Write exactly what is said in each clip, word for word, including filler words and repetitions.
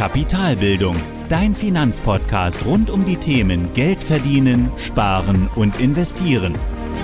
Kapitalbildung, dein Finanzpodcast rund um die Themen Geld verdienen, sparen und investieren.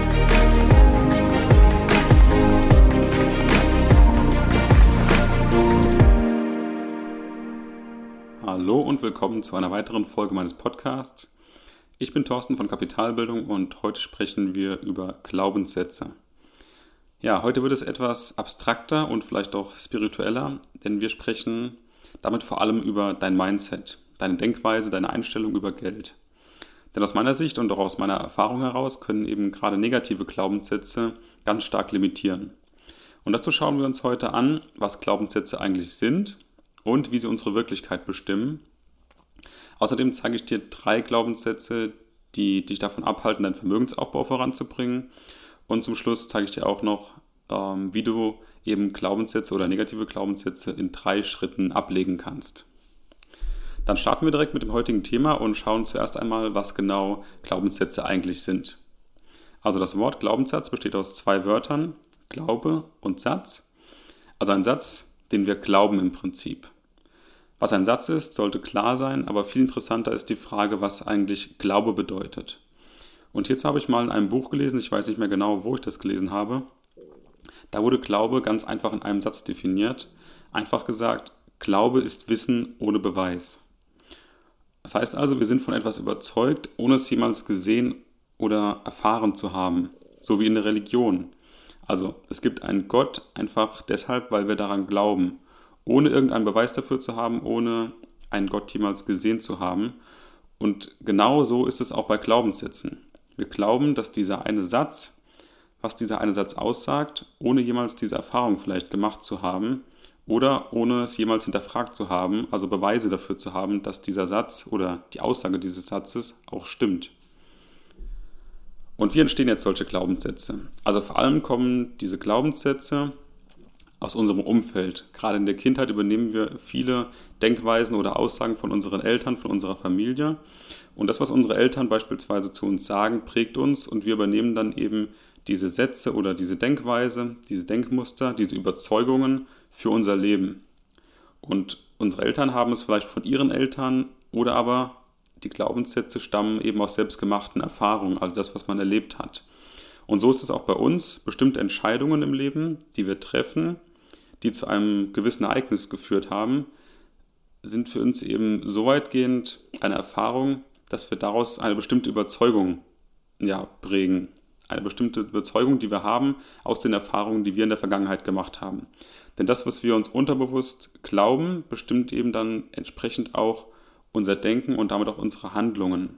Hallo und willkommen zu einer weiteren Folge meines Podcasts. Ich bin Thorsten von Kapitalbildung und heute sprechen wir über Glaubenssätze. Ja, heute wird es etwas abstrakter und vielleicht auch spiritueller, denn wir sprechen damit vor allem über dein Mindset, deine Denkweise, deine Einstellung über Geld. Denn aus meiner Sicht und auch aus meiner Erfahrung heraus können eben gerade negative Glaubenssätze ganz stark limitieren. Und dazu schauen wir uns heute an, was Glaubenssätze eigentlich sind und wie sie unsere Wirklichkeit bestimmen. Außerdem zeige ich dir drei Glaubenssätze, die dich davon abhalten, deinen Vermögensaufbau voranzubringen. Und zum Schluss zeige ich dir auch noch, ähm, wie du eben Glaubenssätze oder negative Glaubenssätze in drei Schritten ablegen kannst. Dann starten wir direkt mit dem heutigen Thema und schauen zuerst einmal, was genau Glaubenssätze eigentlich sind. Also das Wort Glaubenssatz besteht aus zwei Wörtern, Glaube und Satz. Also ein Satz, den wir glauben im Prinzip. Was ein Satz ist, sollte klar sein, aber viel interessanter ist die Frage, was eigentlich Glaube bedeutet. Und hierzu habe ich mal in einem Buch gelesen, ich weiß nicht mehr genau, wo ich das gelesen habe. Da wurde Glaube ganz einfach in einem Satz definiert. Einfach gesagt, Glaube ist Wissen ohne Beweis. Das heißt also, wir sind von etwas überzeugt, ohne es jemals gesehen oder erfahren zu haben. So wie in der Religion. Also es gibt einen Gott einfach deshalb, weil wir daran glauben. Ohne irgendeinen Beweis dafür zu haben, ohne einen Gott jemals gesehen zu haben. Und genau so ist es auch bei Glaubenssätzen. Wir glauben, dass dieser eine Satz, was dieser eine Satz aussagt, ohne jemals diese Erfahrung vielleicht gemacht zu haben oder ohne es jemals hinterfragt zu haben, also Beweise dafür zu haben, dass dieser Satz oder die Aussage dieses Satzes auch stimmt. Und wie entstehen jetzt solche Glaubenssätze? Also vor allem kommen diese Glaubenssätze aus unserem Umfeld. Gerade in der Kindheit übernehmen wir viele Denkweisen oder Aussagen von unseren Eltern, von unserer Familie. Und das, was unsere Eltern beispielsweise zu uns sagen, prägt uns und wir übernehmen dann eben diese Sätze oder diese Denkweise, diese Denkmuster, diese Überzeugungen für unser Leben. Und unsere Eltern haben es vielleicht von ihren Eltern oder aber die Glaubenssätze stammen eben aus selbstgemachten Erfahrungen, also das, was man erlebt hat. Und so ist es auch bei uns, bestimmte Entscheidungen im Leben, die wir treffen, die zu einem gewissen Ereignis geführt haben, sind für uns eben so weitgehend eine Erfahrung, dass wir daraus eine bestimmte Überzeugung ja, prägen. Eine bestimmte Überzeugung, die wir haben aus den Erfahrungen, die wir in der Vergangenheit gemacht haben. Denn das, was wir uns unterbewusst glauben, bestimmt eben dann entsprechend auch unser Denken und damit auch unsere Handlungen.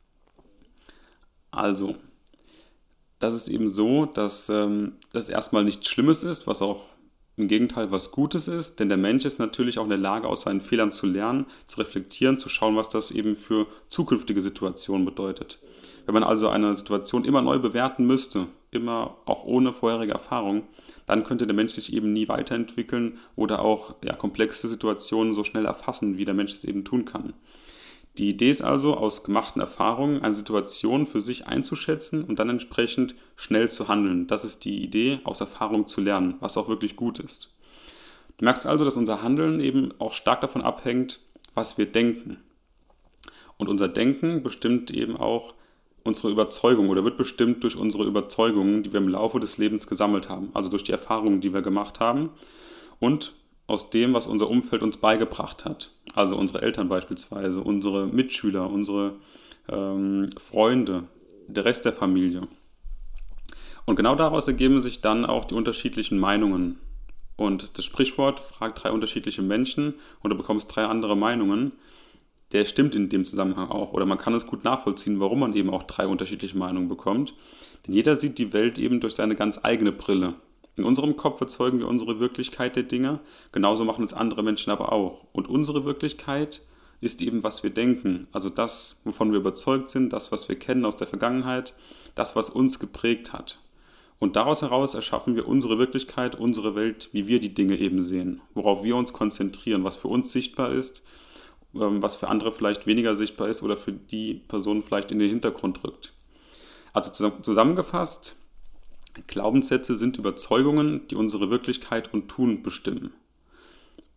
Also, das ist eben so, dass ähm, das erstmal nichts Schlimmes ist, was auch im Gegenteil was Gutes ist, denn der Mensch ist natürlich auch in der Lage, aus seinen Fehlern zu lernen, zu reflektieren, zu schauen, was das eben für zukünftige Situationen bedeutet. Wenn man also eine Situation immer neu bewerten müsste, immer auch ohne vorherige Erfahrung, dann könnte der Mensch sich eben nie weiterentwickeln oder auch ja, komplexe Situationen so schnell erfassen, wie der Mensch es eben tun kann. Die Idee ist also, aus gemachten Erfahrungen eine Situation für sich einzuschätzen und dann entsprechend schnell zu handeln. Das ist die Idee, aus Erfahrung zu lernen, was auch wirklich gut ist. Du merkst also, dass unser Handeln eben auch stark davon abhängt, was wir denken. Und unser Denken bestimmt eben auch unsere Überzeugung oder wird bestimmt durch unsere Überzeugungen, die wir im Laufe des Lebens gesammelt haben, also durch die Erfahrungen, die wir gemacht haben und aus dem, was unser Umfeld uns beigebracht hat. Also unsere Eltern beispielsweise, unsere Mitschüler, unsere ähm, Freunde, der Rest der Familie. Und genau daraus ergeben sich dann auch die unterschiedlichen Meinungen. Und das Sprichwort, frag drei unterschiedliche Menschen und du bekommst drei andere Meinungen, der stimmt in dem Zusammenhang auch. Oder man kann es gut nachvollziehen, warum man eben auch drei unterschiedliche Meinungen bekommt. Denn jeder sieht die Welt eben durch seine ganz eigene Brille. In unserem Kopf erzeugen wir unsere Wirklichkeit der Dinge, genauso machen es andere Menschen aber auch. Und unsere Wirklichkeit ist eben, was wir denken, also das, wovon wir überzeugt sind, das, was wir kennen aus der Vergangenheit, das, was uns geprägt hat. Und daraus heraus erschaffen wir unsere Wirklichkeit, unsere Welt, wie wir die Dinge eben sehen, worauf wir uns konzentrieren, was für uns sichtbar ist, was für andere vielleicht weniger sichtbar ist oder für die Person vielleicht in den Hintergrund rückt. Also zusammengefasst, Glaubenssätze sind Überzeugungen, die unsere Wirklichkeit und Tun bestimmen.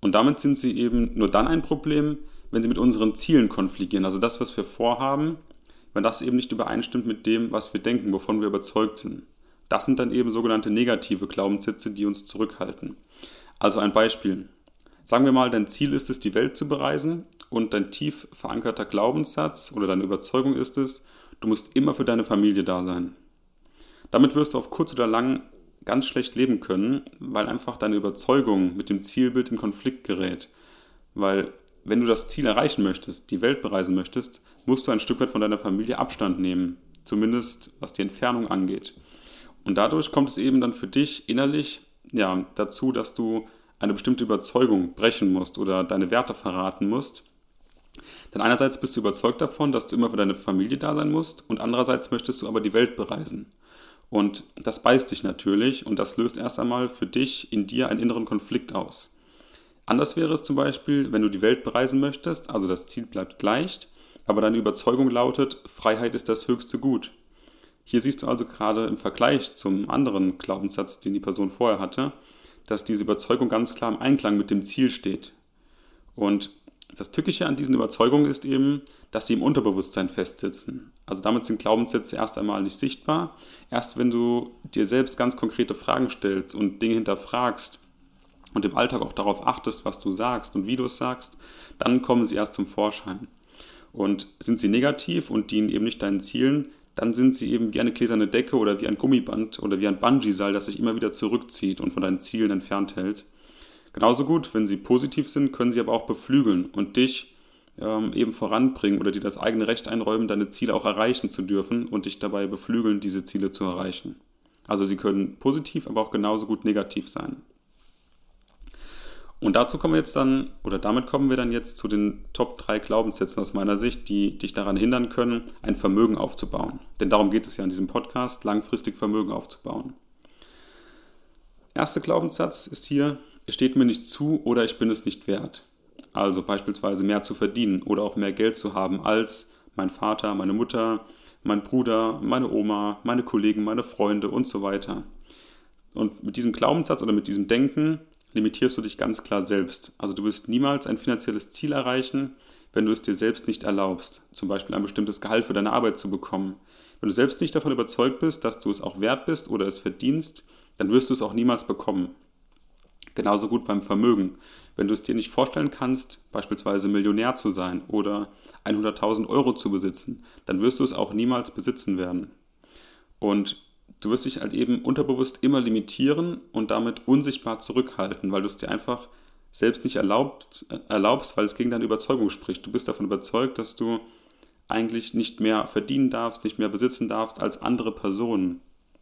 Und damit sind sie eben nur dann ein Problem, wenn sie mit unseren Zielen konfligieren. Also das, was wir vorhaben, wenn das eben nicht übereinstimmt mit dem, was wir denken, wovon wir überzeugt sind. Das sind dann eben sogenannte negative Glaubenssätze, die uns zurückhalten. Also ein Beispiel. Sagen wir mal, dein Ziel ist es, die Welt zu bereisen und dein tief verankerter Glaubenssatz oder deine Überzeugung ist es, du musst immer für deine Familie da sein. Damit wirst du auf kurz oder lang ganz schlecht leben können, weil einfach deine Überzeugung mit dem Zielbild in Konflikt gerät. Weil wenn du das Ziel erreichen möchtest, die Welt bereisen möchtest, musst du ein Stück weit von deiner Familie Abstand nehmen. Zumindest was die Entfernung angeht. Und dadurch kommt es eben dann für dich innerlich ja, dazu, dass du eine bestimmte Überzeugung brechen musst oder deine Werte verraten musst. Denn einerseits bist du überzeugt davon, dass du immer für deine Familie da sein musst und andererseits möchtest du aber die Welt bereisen. Und das beißt sich natürlich und das löst erst einmal für dich in dir einen inneren Konflikt aus. Anders wäre es zum Beispiel, wenn du die Welt bereisen möchtest, also das Ziel bleibt gleich, aber deine Überzeugung lautet, Freiheit ist das höchste Gut. Hier siehst du also gerade im Vergleich zum anderen Glaubenssatz, den die Person vorher hatte, dass diese Überzeugung ganz klar im Einklang mit dem Ziel steht. Und das Tückische an diesen Überzeugungen ist eben, dass sie im Unterbewusstsein festsitzen. Also damit sind Glaubenssätze erst einmal nicht sichtbar. Erst wenn du dir selbst ganz konkrete Fragen stellst und Dinge hinterfragst und im Alltag auch darauf achtest, was du sagst und wie du es sagst, dann kommen sie erst zum Vorschein. Und sind sie negativ und dienen eben nicht deinen Zielen, dann sind sie eben wie eine gläserne Decke oder wie ein Gummiband oder wie ein Bungee-Seil, das sich immer wieder zurückzieht und von deinen Zielen entfernt hält. Genauso gut, wenn sie positiv sind, können sie aber auch beflügeln und dich ähm, eben voranbringen oder dir das eigene Recht einräumen, deine Ziele auch erreichen zu dürfen und dich dabei beflügeln, diese Ziele zu erreichen. Also sie können positiv, aber auch genauso gut negativ sein. Und dazu kommen wir jetzt dann, oder damit kommen wir dann jetzt zu den Top drei Glaubenssätzen aus meiner Sicht, die dich daran hindern können, ein Vermögen aufzubauen. Denn darum geht es ja in diesem Podcast, langfristig Vermögen aufzubauen. Erster Glaubenssatz ist hier, es steht mir nicht zu oder ich bin es nicht wert. Also beispielsweise mehr zu verdienen oder auch mehr Geld zu haben als mein Vater, meine Mutter, mein Bruder, meine Oma, meine Kollegen, meine Freunde und so weiter. Und mit diesem Glaubenssatz oder mit diesem Denken limitierst du dich ganz klar selbst. Also du wirst niemals ein finanzielles Ziel erreichen, wenn du es dir selbst nicht erlaubst, zum Beispiel ein bestimmtes Gehalt für deine Arbeit zu bekommen. Wenn du selbst nicht davon überzeugt bist, dass du es auch wert bist oder es verdienst, dann wirst du es auch niemals bekommen. Genauso gut beim Vermögen. Wenn du es dir nicht vorstellen kannst, beispielsweise Millionär zu sein oder hunderttausend Euro zu besitzen, dann wirst du es auch niemals besitzen werden. Und du wirst dich halt eben unterbewusst immer limitieren und damit unsichtbar zurückhalten, weil du es dir einfach selbst nicht erlaubt, erlaubst, weil es gegen deine Überzeugung spricht. Du bist davon überzeugt, dass du eigentlich nicht mehr verdienen darfst, nicht mehr besitzen darfst als andere Personen.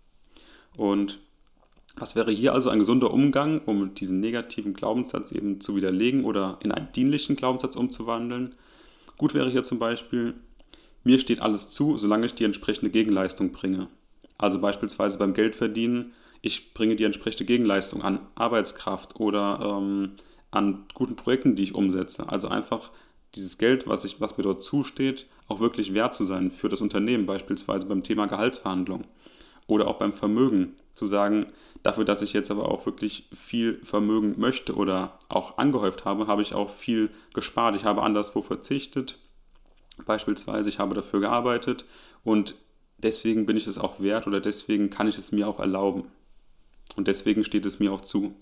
Und was wäre hier also ein gesunder Umgang, um diesen negativen Glaubenssatz eben zu widerlegen oder in einen dienlichen Glaubenssatz umzuwandeln? Gut wäre hier zum Beispiel, mir steht alles zu, solange ich die entsprechende Gegenleistung bringe. Also beispielsweise beim Geldverdienen, ich bringe die entsprechende Gegenleistung an Arbeitskraft oder ähm, an guten Projekten, die ich umsetze. Also einfach dieses Geld, was, ich, was mir dort zusteht, auch wirklich wert zu sein für das Unternehmen, beispielsweise beim Thema Gehaltsverhandlung. Oder auch beim Vermögen, zu sagen, dafür, dass ich jetzt aber auch wirklich viel Vermögen möchte oder auch angehäuft habe, habe ich auch viel gespart. Ich habe anderswo verzichtet, beispielsweise, ich habe dafür gearbeitet und deswegen bin ich es auch wert oder deswegen kann ich es mir auch erlauben. Und deswegen steht es mir auch zu.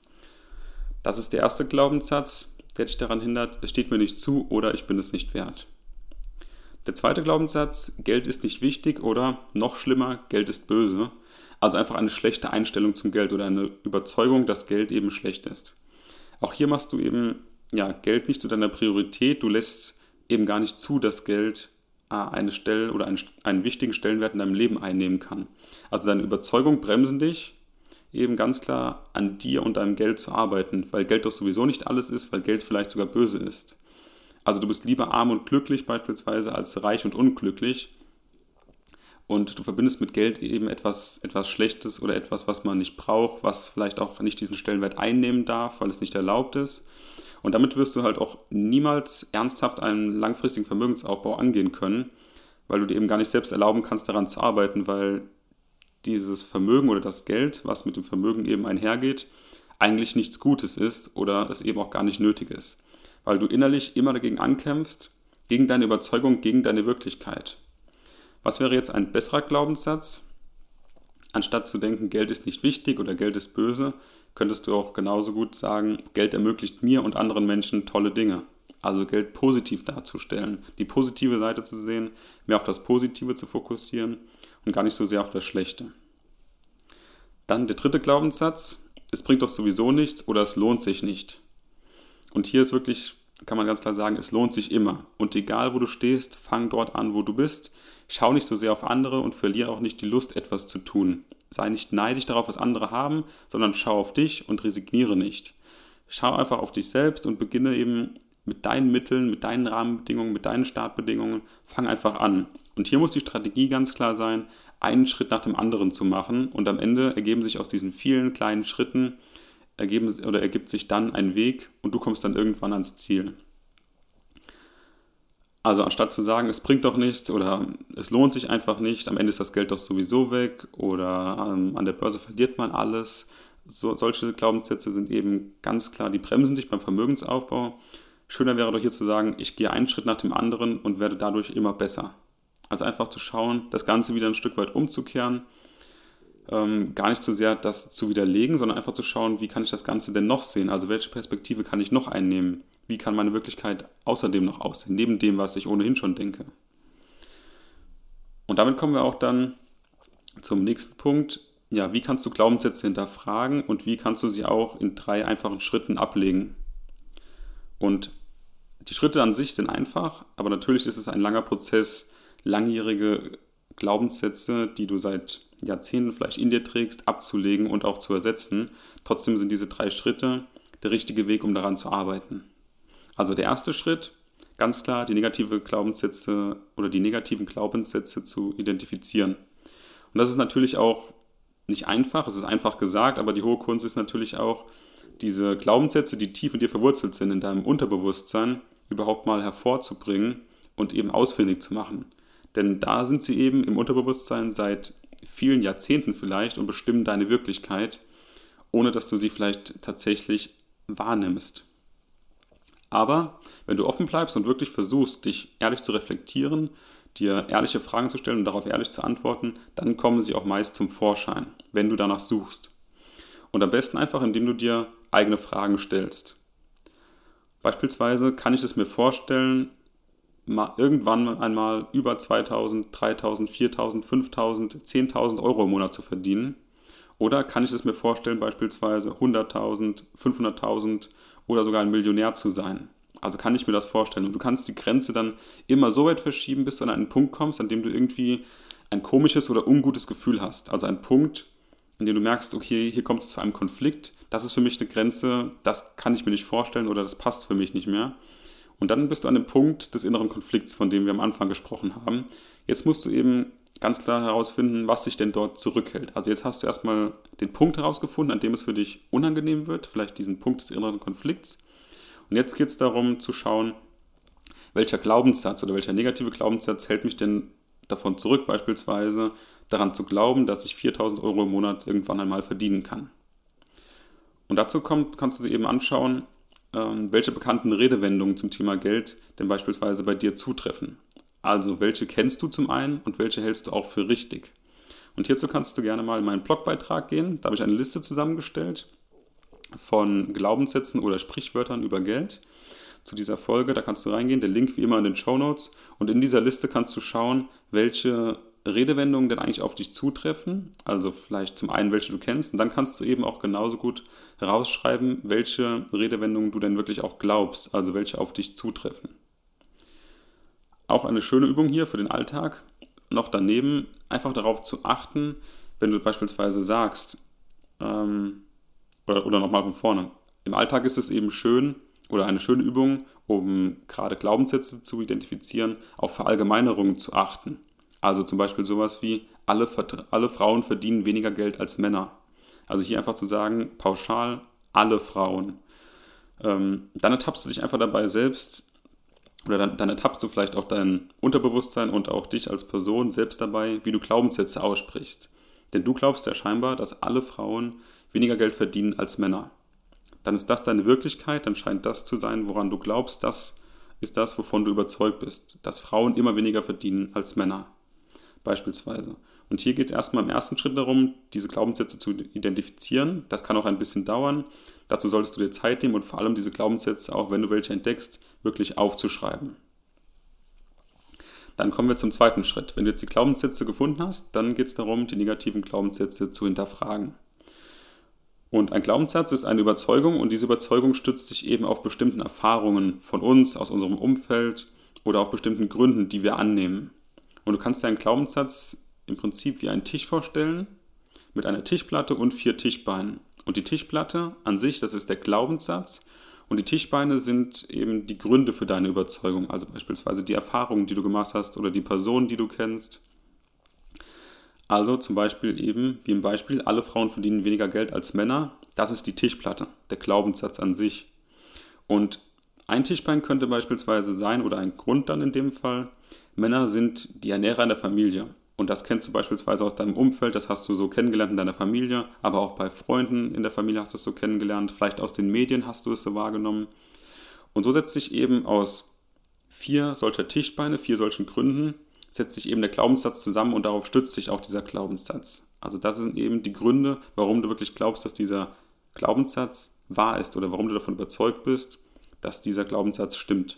Das ist der erste Glaubenssatz, der dich daran hindert, es steht mir nicht zu oder ich bin es nicht wert. Der zweite Glaubenssatz, Geld ist nicht wichtig oder noch schlimmer, Geld ist böse. Also einfach eine schlechte Einstellung zum Geld oder eine Überzeugung, dass Geld eben schlecht ist. Auch hier machst du eben ja, Geld nicht zu deiner Priorität. Du lässt eben gar nicht zu, dass Geld eine Stelle oder einen, einen wichtigen Stellenwert in deinem Leben einnehmen kann. Also deine Überzeugung bremsen dich, eben ganz klar an dir und deinem Geld zu arbeiten, weil Geld doch sowieso nicht alles ist, weil Geld vielleicht sogar böse ist. Also du bist lieber arm und glücklich beispielsweise als reich und unglücklich und du verbindest mit Geld eben etwas, etwas Schlechtes oder etwas, was man nicht braucht, was vielleicht auch nicht diesen Stellenwert einnehmen darf, weil es nicht erlaubt ist. Und damit wirst du halt auch niemals ernsthaft einen langfristigen Vermögensaufbau angehen können, weil du dir eben gar nicht selbst erlauben kannst, daran zu arbeiten, weil dieses Vermögen oder das Geld, was mit dem Vermögen eben einhergeht, eigentlich nichts Gutes ist oder es eben auch gar nicht nötig ist. Weil du innerlich immer dagegen ankämpfst, gegen deine Überzeugung, gegen deine Wirklichkeit. Was wäre jetzt ein besserer Glaubenssatz? Anstatt zu denken, Geld ist nicht wichtig oder Geld ist böse, könntest du auch genauso gut sagen, Geld ermöglicht mir und anderen Menschen tolle Dinge. Also Geld positiv darzustellen, die positive Seite zu sehen, mehr auf das Positive zu fokussieren und gar nicht so sehr auf das Schlechte. Dann der dritte Glaubenssatz, es bringt doch sowieso nichts oder es lohnt sich nicht. Und hier ist wirklich, kann man ganz klar sagen, es lohnt sich immer. Und egal wo du stehst, fang dort an, wo du bist. Schau nicht so sehr auf andere und verliere auch nicht die Lust, etwas zu tun. Sei nicht neidisch darauf, was andere haben, sondern schau auf dich und resigniere nicht. Schau einfach auf dich selbst und beginne eben mit deinen Mitteln, mit deinen Rahmenbedingungen, mit deinen Startbedingungen. Fang einfach an. Und hier muss die Strategie ganz klar sein, einen Schritt nach dem anderen zu machen. Und am Ende ergeben sich aus diesen vielen kleinen Schritten, ergeben, oder ergibt sich dann ein Weg und du kommst dann irgendwann ans Ziel. Also anstatt zu sagen, es bringt doch nichts oder es lohnt sich einfach nicht, am Ende ist das Geld doch sowieso weg oder ähm, an der Börse verliert man alles. So, solche Glaubenssätze sind eben ganz klar, die bremsen dich beim Vermögensaufbau. Schöner wäre doch hier zu sagen, ich gehe einen Schritt nach dem anderen und werde dadurch immer besser. Also einfach zu schauen, das Ganze wieder ein Stück weit umzukehren, ähm, gar nicht so sehr das zu widerlegen, sondern einfach zu schauen, wie kann ich das Ganze denn noch sehen? Also welche Perspektive kann ich noch einnehmen? Wie kann meine Wirklichkeit außerdem noch aussehen, neben dem, was ich ohnehin schon denke? Und damit kommen wir auch dann zum nächsten Punkt. Ja, wie kannst du Glaubenssätze hinterfragen und wie kannst du sie auch in drei einfachen Schritten ablegen? Und die Schritte an sich sind einfach, aber natürlich ist es ein langer Prozess, langjährige Glaubenssätze, die du seit Jahrzehnten vielleicht in dir trägst, abzulegen und auch zu ersetzen. Trotzdem sind diese drei Schritte der richtige Weg, um daran zu arbeiten. Also der erste Schritt, ganz klar, die negative Glaubenssätze oder die negativen Glaubenssätze zu identifizieren. Und das ist natürlich auch nicht einfach, es ist einfach gesagt, aber die hohe Kunst ist natürlich auch, diese Glaubenssätze, die tief in dir verwurzelt sind, in deinem Unterbewusstsein, überhaupt mal hervorzubringen und eben ausfindig zu machen. Denn da sind sie eben im Unterbewusstsein seit vielen Jahrzehnten vielleicht und bestimmen deine Wirklichkeit, ohne dass du sie vielleicht tatsächlich wahrnimmst. Aber wenn du offen bleibst und wirklich versuchst, dich ehrlich zu reflektieren, dir ehrliche Fragen zu stellen und darauf ehrlich zu antworten, dann kommen sie auch meist zum Vorschein, wenn du danach suchst. Und am besten einfach, indem du dir eigene Fragen stellst. Beispielsweise kann ich es mir vorstellen, mal irgendwann einmal über zweitausend, dreitausend, viertausend, fünftausend, zehntausend Euro im Monat zu verdienen. Oder kann ich es mir vorstellen, beispielsweise hunderttausend, fünfhunderttausend oder sogar ein Millionär zu sein. Also kann ich mir das vorstellen. Und du kannst die Grenze dann immer so weit verschieben, bis du an einen Punkt kommst, an dem du irgendwie ein komisches oder ungutes Gefühl hast. Also ein Punkt, an dem du merkst, okay, hier kommt es zu einem Konflikt. Das ist für mich eine Grenze, das kann ich mir nicht vorstellen oder das passt für mich nicht mehr. Und dann bist du an dem Punkt des inneren Konflikts, von dem wir am Anfang gesprochen haben. Jetzt musst du eben ganz klar herausfinden, was dich denn dort zurückhält. Also jetzt hast du erstmal den Punkt herausgefunden, an dem es für dich unangenehm wird, vielleicht diesen Punkt des inneren Konflikts. Und jetzt geht es darum zu schauen, welcher Glaubenssatz oder welcher negative Glaubenssatz hält mich denn davon zurück, beispielsweise daran zu glauben, dass ich viertausend Euro im Monat irgendwann einmal verdienen kann. Und dazu kommt, kannst du dir eben anschauen, welche bekannten Redewendungen zum Thema Geld denn beispielsweise bei dir zutreffen. Also welche kennst du zum einen und welche hältst du auch für richtig. Und hierzu kannst du gerne mal in meinen Blogbeitrag gehen. Da habe ich eine Liste zusammengestellt von Glaubenssätzen oder Sprichwörtern über Geld zu dieser Folge. Da kannst du reingehen, der Link wie immer in den Shownotes. Und in dieser Liste kannst du schauen, welche Redewendungen denn eigentlich auf dich zutreffen. Also vielleicht zum einen, welche du kennst. Und dann kannst du eben auch genauso gut rausschreiben, welche Redewendungen du denn wirklich auch glaubst. Also welche auf dich zutreffen. Auch eine schöne Übung hier für den Alltag. Noch daneben einfach darauf zu achten, wenn du beispielsweise sagst, ähm, oder, oder nochmal von vorne. Im Alltag ist es eben schön oder eine schöne Übung, um gerade Glaubenssätze zu identifizieren, auf Verallgemeinerungen zu achten. Also zum Beispiel sowas wie, alle, alle Frauen verdienen weniger Geld als Männer. Also hier einfach zu sagen, pauschal, alle Frauen. Ähm, dann ertappst du dich einfach dabei selbst, oder dann, dann ertappst du vielleicht auch dein Unterbewusstsein und auch dich als Person selbst dabei, wie du Glaubenssätze aussprichst. Denn du glaubst ja scheinbar, dass alle Frauen weniger Geld verdienen als Männer. dann ist das deine Wirklichkeit, dann scheint das zu sein, woran du glaubst, das ist das, wovon du überzeugt bist, dass Frauen immer weniger verdienen als Männer, beispielsweise. Und hier geht es erstmal im ersten Schritt darum, diese Glaubenssätze zu identifizieren. Das kann auch ein bisschen dauern. Dazu solltest du dir Zeit nehmen und vor allem diese Glaubenssätze, auch wenn du welche entdeckst, wirklich aufzuschreiben. Dann kommen wir zum zweiten Schritt. Wenn du jetzt die Glaubenssätze gefunden hast, dann geht es darum, die negativen Glaubenssätze zu hinterfragen. Und ein Glaubenssatz ist eine Überzeugung und diese Überzeugung stützt sich eben auf bestimmten Erfahrungen von uns, aus unserem Umfeld oder auf bestimmten Gründen, die wir annehmen. Und du kannst dir einen Glaubenssatz im Prinzip wie einen Tisch vorstellen, mit einer Tischplatte und vier Tischbeinen. Und die Tischplatte an sich, das ist der Glaubenssatz und die Tischbeine sind eben die Gründe für deine Überzeugung, also beispielsweise die Erfahrungen, die du gemacht hast oder die Personen, die du kennst. Also zum Beispiel eben, wie im Beispiel, alle Frauen verdienen weniger Geld als Männer. Das ist die Tischplatte, der Glaubenssatz an sich. Und ein Tischbein könnte beispielsweise sein, oder ein Grund dann in dem Fall, Männer sind die Ernährer in der Familie. Und das kennst du beispielsweise aus deinem Umfeld, das hast du so kennengelernt in deiner Familie, aber auch bei Freunden in der Familie hast du es so kennengelernt, vielleicht aus den Medien hast du es so wahrgenommen. Und so setzt sich eben aus vier solcher Tischbeine, vier solchen Gründen, setzt sich eben der Glaubenssatz zusammen und darauf stützt sich auch dieser Glaubenssatz. Also das sind eben die Gründe, warum du wirklich glaubst, dass dieser Glaubenssatz wahr ist oder warum du davon überzeugt bist, dass dieser Glaubenssatz stimmt.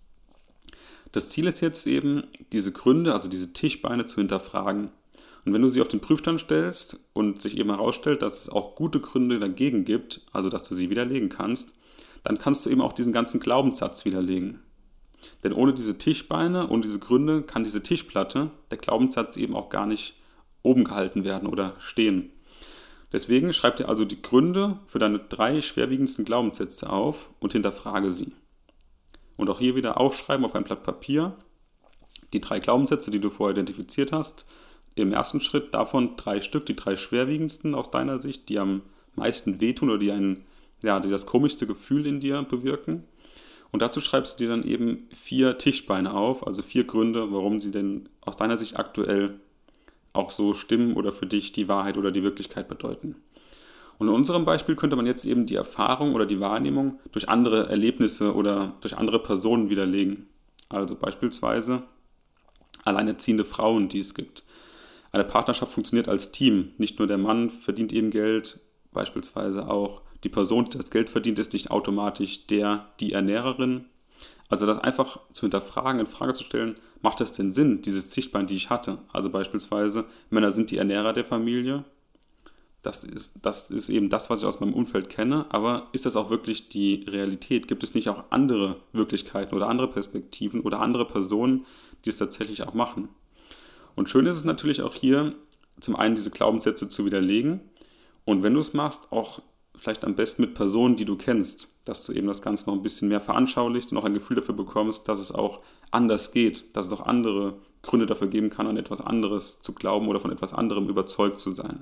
Das Ziel ist jetzt eben, diese Gründe, also diese Tischbeine zu hinterfragen. Und wenn du sie auf den Prüfstand stellst und sich eben herausstellt, dass es auch gute Gründe dagegen gibt, also dass du sie widerlegen kannst, dann kannst du eben auch diesen ganzen Glaubenssatz widerlegen. Denn ohne diese Tischbeine und diese Gründe kann diese Tischplatte, der Glaubenssatz eben auch gar nicht oben gehalten werden oder stehen. Deswegen schreib dir also die Gründe für deine drei schwerwiegendsten Glaubenssätze auf und hinterfrage sie. Und auch hier wieder aufschreiben auf ein Blatt Papier die drei Glaubenssätze, die du vorher identifiziert hast. Im ersten Schritt davon drei Stück, die drei schwerwiegendsten aus deiner Sicht, die am meisten wehtun oder die, ein, ja, die das komischste Gefühl in dir bewirken. Und dazu schreibst du dir dann eben vier Tischbeine auf, also vier Gründe, warum sie denn aus deiner Sicht aktuell auch so stimmen oder für dich die Wahrheit oder die Wirklichkeit bedeuten. Und in unserem Beispiel könnte man jetzt eben die Erfahrung oder die Wahrnehmung durch andere Erlebnisse oder durch andere Personen widerlegen. Also beispielsweise alleinerziehende Frauen, die es gibt. Eine Partnerschaft funktioniert als Team. Nicht nur der Mann verdient eben Geld, beispielsweise auch die Person, die das Geld verdient, ist nicht automatisch der, die Ernährerin. Also das einfach zu hinterfragen, in Frage zu stellen, macht das denn Sinn, dieses Tischbein, die ich hatte? Also beispielsweise, Männer sind die Ernährer der Familie. Das ist, das ist eben das, was ich aus meinem Umfeld kenne, aber ist das auch wirklich die Realität? Gibt es nicht auch andere Wirklichkeiten oder andere Perspektiven oder andere Personen, die es tatsächlich auch machen? Und schön ist es natürlich auch hier, zum einen diese Glaubenssätze zu widerlegen und wenn du es machst, auch vielleicht am besten mit Personen, die du kennst, dass du eben das Ganze noch ein bisschen mehr veranschaulichst und auch ein Gefühl dafür bekommst, dass es auch anders geht, dass es auch andere Gründe dafür geben kann, an etwas anderes zu glauben oder von etwas anderem überzeugt zu sein.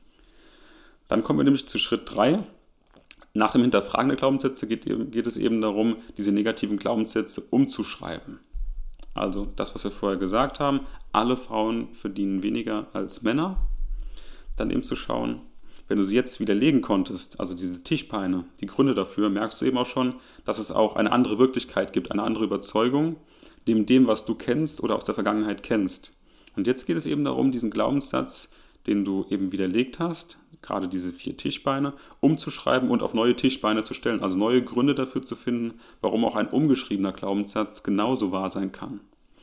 Dann kommen wir nämlich zu Schritt drei. Nach dem Hinterfragen der Glaubenssätze geht, geht es eben darum, diese negativen Glaubenssätze umzuschreiben. Also das, was wir vorher gesagt haben, alle Frauen verdienen weniger als Männer. Dann eben zu schauen, wenn du sie jetzt widerlegen konntest, also diese Tischbeine, die Gründe dafür, merkst du eben auch schon, dass es auch eine andere Wirklichkeit gibt, eine andere Überzeugung, neben dem, was du kennst oder aus der Vergangenheit kennst. Und jetzt geht es eben darum, diesen Glaubenssatz, den du eben widerlegt hast, gerade diese vier Tischbeine, umzuschreiben und auf neue Tischbeine zu stellen, also neue Gründe dafür zu finden, warum auch ein umgeschriebener Glaubenssatz genauso wahr sein kann.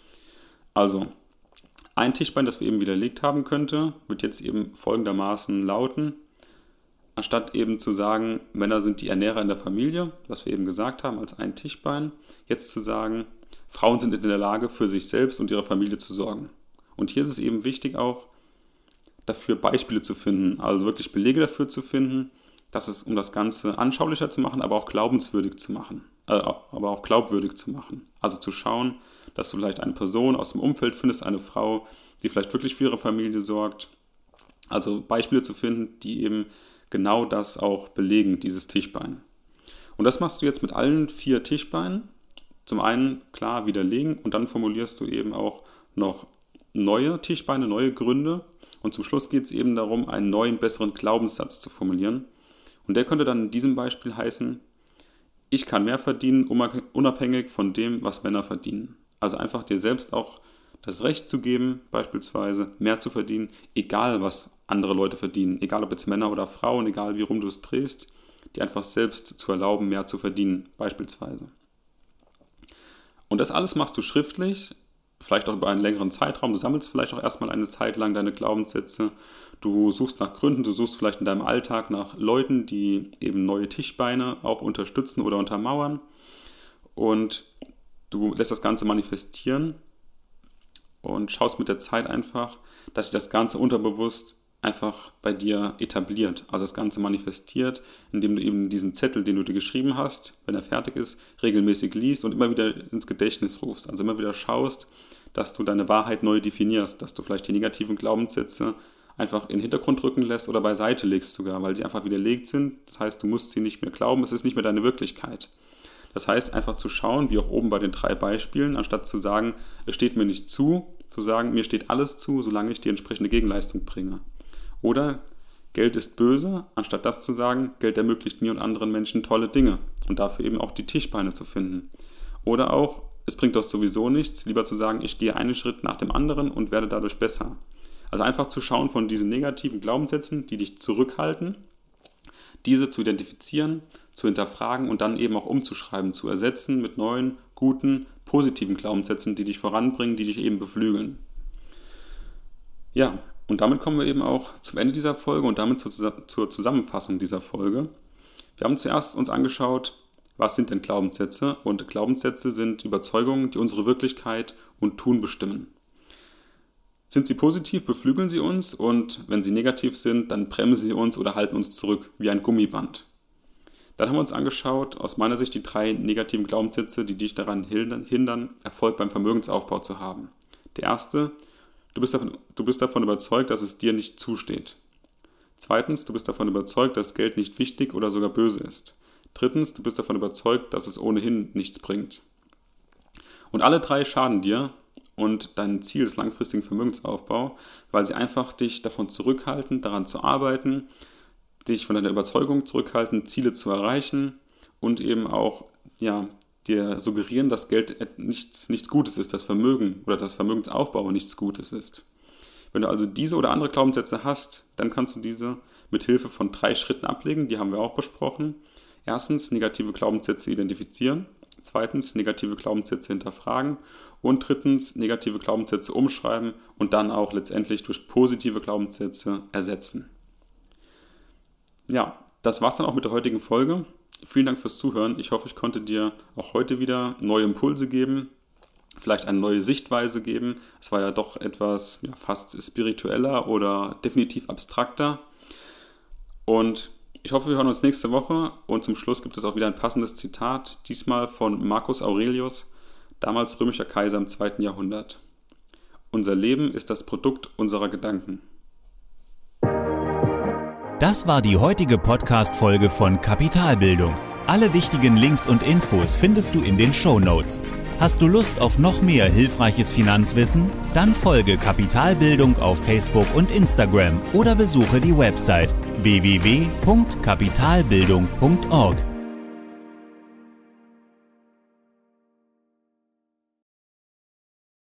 Also, ein Tischbein, das wir eben widerlegt haben könnte, wird jetzt eben folgendermaßen lauten, anstatt eben zu sagen, Männer sind die Ernährer in der Familie, was wir eben gesagt haben als ein Tischbein, jetzt zu sagen, Frauen sind in der Lage, für sich selbst und ihre Familie zu sorgen. Und hier ist es eben wichtig auch, dafür Beispiele zu finden, also wirklich Belege dafür zu finden, dass es, um das Ganze anschaulicher zu machen, aber auch glaubenswürdig zu machen, äh, aber auch glaubwürdig zu machen. Also zu schauen, dass du vielleicht eine Person aus dem Umfeld findest, eine Frau, die vielleicht wirklich für ihre Familie sorgt. Also Beispiele zu finden, die eben genau das auch belegen, dieses Tischbein. Und das machst du jetzt mit allen vier Tischbeinen. Zum einen klar widerlegen und dann formulierst du eben auch noch neue Tischbeine, neue Gründe. Und zum Schluss geht es eben darum, einen neuen, besseren Glaubenssatz zu formulieren. Und der könnte dann in diesem Beispiel heißen, ich kann mehr verdienen, unabhängig von dem, was Männer verdienen. Also einfach dir selbst auch das Recht zu geben, beispielsweise mehr zu verdienen, egal was andere Leute verdienen, egal ob jetzt Männer oder Frauen, egal wie rum du es drehst, dir einfach selbst zu erlauben, mehr zu verdienen, beispielsweise. Und das alles machst du schriftlich, vielleicht auch über einen längeren Zeitraum. Du sammelst vielleicht auch erstmal eine Zeit lang deine Glaubenssätze. Du suchst nach Gründen, du suchst vielleicht in deinem Alltag nach Leuten, die eben neue Tischbeine auch unterstützen oder untermauern. Und du lässt das Ganze manifestieren und schaust mit der Zeit einfach, dass sich das Ganze unterbewusst einfach bei dir etabliert. Also das Ganze manifestiert, indem du eben diesen Zettel, den du dir geschrieben hast, wenn er fertig ist, regelmäßig liest und immer wieder ins Gedächtnis rufst. Also immer wieder schaust, dass du deine Wahrheit neu definierst, dass du vielleicht die negativen Glaubenssätze einfach in den Hintergrund rücken lässt oder beiseite legst sogar, weil sie einfach widerlegt sind. Das heißt, du musst sie nicht mehr glauben, es ist nicht mehr deine Wirklichkeit. Das heißt, einfach zu schauen, wie auch oben bei den drei Beispielen, anstatt zu sagen, es steht mir nicht zu, zu sagen, mir steht alles zu, solange ich die entsprechende Gegenleistung bringe. Oder Geld ist böse, anstatt das zu sagen, Geld ermöglicht mir und anderen Menschen tolle Dinge und dafür eben auch die Tischbeine zu finden. Oder auch, es bringt doch sowieso nichts, lieber zu sagen, ich gehe einen Schritt nach dem anderen und werde dadurch besser. Also einfach zu schauen von diesen negativen Glaubenssätzen, die dich zurückhalten, diese zu identifizieren, zu hinterfragen und dann eben auch umzuschreiben, zu ersetzen mit neuen, guten, positiven Glaubenssätzen, die dich voranbringen, die dich eben beflügeln. Ja, und damit kommen wir eben auch zum Ende dieser Folge und damit zur, zur Zusammenfassung dieser Folge. Wir haben zuerst uns angeschaut, was sind denn Glaubenssätze? Und Glaubenssätze sind Überzeugungen, die unsere Wirklichkeit und Tun bestimmen. Sind sie positiv, beflügeln sie uns und wenn sie negativ sind, dann bremsen sie uns oder halten uns zurück, wie ein Gummiband. Dann haben wir uns angeschaut, aus meiner Sicht die drei negativen Glaubenssätze, die dich daran hindern, Erfolg beim Vermögensaufbau zu haben. Der erste, du bist davon, du bist davon überzeugt, dass es dir nicht zusteht. Zweitens, du bist davon überzeugt, dass Geld nicht wichtig oder sogar böse ist. Drittens, du bist davon überzeugt, dass es ohnehin nichts bringt. Und alle drei schaden dir und dein Ziel ist langfristigen Vermögensaufbau, weil sie einfach dich davon zurückhalten, daran zu arbeiten, dich von deiner Überzeugung zurückhalten, Ziele zu erreichen und eben auch ja, dir suggerieren, dass Geld nichts, nichts Gutes ist, das Vermögen oder das Vermögensaufbau nichts Gutes ist. Wenn du also diese oder andere Glaubenssätze hast, dann kannst du diese mit Hilfe von drei Schritten ablegen, die haben wir auch besprochen. Erstens, negative Glaubenssätze identifizieren. Zweitens, negative Glaubenssätze hinterfragen. Und drittens, negative Glaubenssätze umschreiben und dann auch letztendlich durch positive Glaubenssätze ersetzen. Ja, das war's dann auch mit der heutigen Folge. Vielen Dank fürs Zuhören. Ich hoffe, ich konnte dir auch heute wieder neue Impulse geben, vielleicht eine neue Sichtweise geben. Es war ja doch etwas ja, fast spiritueller oder definitiv abstrakter. Und ich hoffe, wir hören uns nächste Woche. Und zum Schluss gibt es auch wieder ein passendes Zitat, diesmal von Marcus Aurelius, damals römischer Kaiser im zweiten Jahrhundert. Unser Leben ist das Produkt unserer Gedanken. Das war die heutige Podcast-Folge von Kapitalbildung. Alle wichtigen Links und Infos findest du in den Shownotes. Hast du Lust auf noch mehr hilfreiches Finanzwissen? Dann folge Kapitalbildung auf Facebook und Instagram oder besuche die Website w w w punkt kapitalbildung punkt org.